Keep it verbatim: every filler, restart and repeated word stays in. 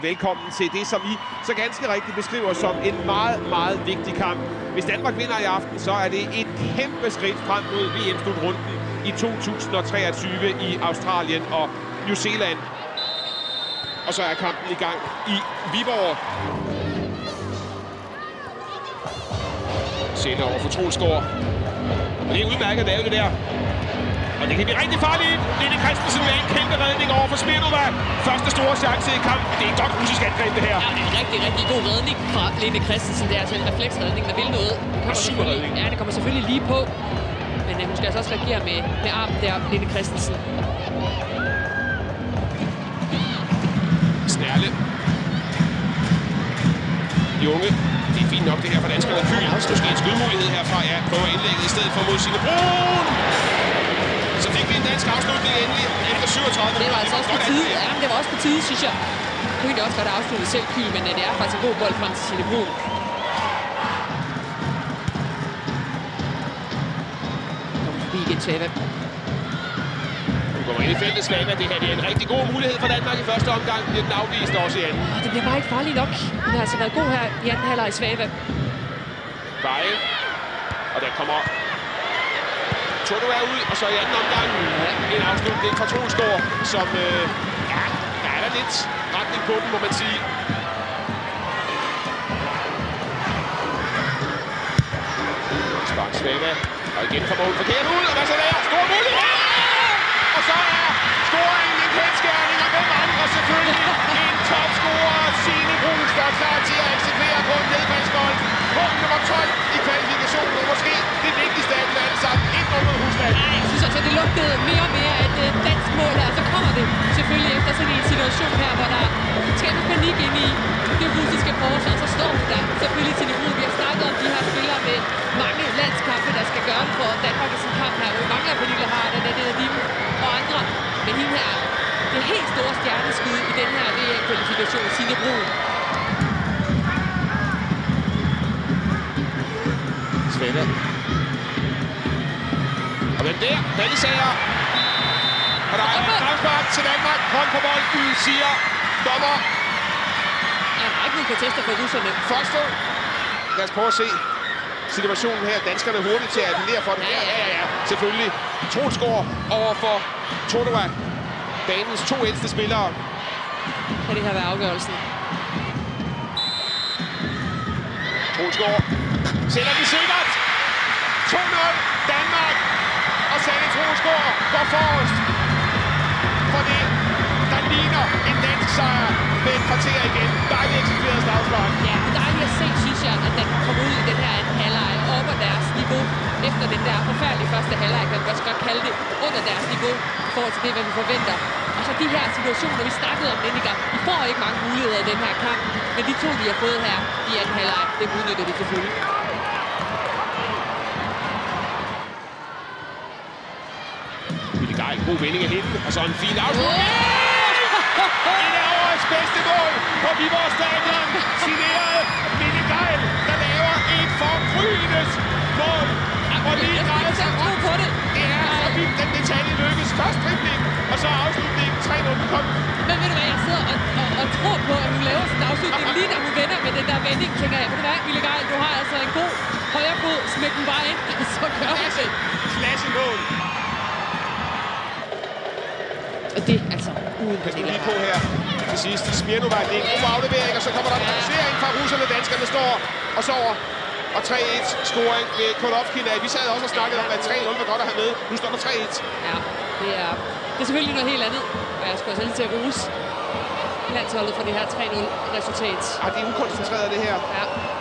Velkommen til det, som I så ganske rigtigt beskriver som en meget, meget vigtig kamp. Hvis Danmark vinder i aften, så er det et kæmpe skridt frem mod V M-slutrunden i to tusind treogtyve i Australien og New Zealand. Og så er kampen i gang i Viborg. Sender over for Troelsgaard. Og det er udmærket lavet det der. Og det kan blive rigtig farligt. Lene Christensen med en kæmpe redning over for Smirnova. Første store chance i kampen. Det er et godt russisk angreb, det her. Ja, det er en rigtig, rigtig god redning fra Lene Christensen. Det er altså en refleksredning, der vil noget. Og super redning. Ja, det kommer selvfølgelig lige på. Men uh, hun skal altså også reagere med, med armen der, Lene Christensen. Snærle. De unge. Det er fint nok det her for danskerne. Kyl. Måske en skudmulighed herfra. Ja, prøver indlægget i stedet for mod Signe Brun. Så fik vi en dansk afslutning endelig efter syvogtredive. Det var altså også på tide. Ja, men det var også på tide, synes jeg. Jeg kunne egentlig også godt afslutte selv Kyl, men det er faktisk en god bold frem til Signe Brun. Kommer forbi igen Svava. Nu kommer ind i feltet Svava. Det her det er en rigtig god mulighed for Danmark i første omgang. Bliver den afvist også i anden. Det bliver bare ikke farligt nok. Den har altså været god her i anden halvleg i Svava. Veje. Og der kommer Toto er ud, og så i anden omgang en afslutning fra Troelsgaard, som øh, ja, der er der lidt retning på den, må man sige. Spark Svava, og igen kommer hun forkert ud, og hvad så der? Stor mulighed! Og så er scoringen en kendskærning, og hvem andre selvfølgelig en topscorer, Signe Brun, står klar til at eksekvere på en nedfaldsbold. Punkt nummer tolv i kvalifikationen, og måske det vigtigste af dem alle sammen, ikke under Rusland. Nej, jeg synes altså, det lugtede mere og mere et uh, dansk mål her, så kommer det selvfølgelig efter sådan en situation her, hvor der skabes panik ind i det russiske forsvar, så står hun der selvfølgelig til niveau. Vi har snakket om de her spillere med mange landskampe, der skal gøre det for Danmark i sin kamp her. Vi mangler Pernille Harder, Annette Dim og andre, men hende her, det helt store stjerneskud i den her V M-kvalifikation, Signe Brun. Svava. Og den der, Vallisager. Og der er en straffespark til Danmark. Hånd på bolden, siger dommer. Ja, der er ikke nogen protester for russerne. Første. Lad os prøve at se situationen her. Danskerne er hurtigt til at appellere for det. Ja, ja, ja, ja. Selvfølgelig. Troelsgaard over for Totova. Banens to ældste spillere. Kan det her være afgørelsen? Troelsgaard sætter den sikkert. to nul Danmark. Og Sanne Troelsgaard går forrest. For det, der ligner en dansk sejr med et kvarter igen. Dejligt eksekveret straffespark. Ja, dejligt at se, synes jeg, at den kommer ud i den her anden halvleg over deres niveau. Efter den der forfærdelige første halvleg, kan man også godt kalde det, under deres niveau i forhold til det, hvad vi forventer. Og så de her situationer, vi snakkede om, Lenniker, de får ikke mange muligheder i den her kamp, men de to, de har fået her i anden halvleg, det udnytter de selvfølgelig. Mille Geil, god vending af hende, og så en fin afslutning. Yeah! Et af årets bedste mål på Viborg Stadion. Signeret Mille Geil, der laver et forbrydende mål. Og lige drejer sig op på det. Det er så vildt, den detalje lykkes. Først dribling, og så afslutningen tre nul kom. Men ved du hvad, jeg sidder og, og, og tror på, at hun laver sådan en afslutning, lige da hun vender med den der vending, tænker jeg, ved du hvad, Mille Geil, du har altså en god højre fod, smæk den bare ind, og så gør hun det. Klasse mål. Og det altså uden Pas nu lige på her til sidst. Smirnova, det er en god aflevering, og så kommer der en lancering fra russerne. Danskerne står og sover. Og tre et scoring ved Kolovkin. Vi sad også og snakkede om, at tre nul var godt at have med. Nu står der tre et. Ja, det er, det er selvfølgelig noget helt andet. Og jeg skulle også lige til at rose landsholdet for det her tre nul resultat. Ah, det er ukoncentreret det her. Ja.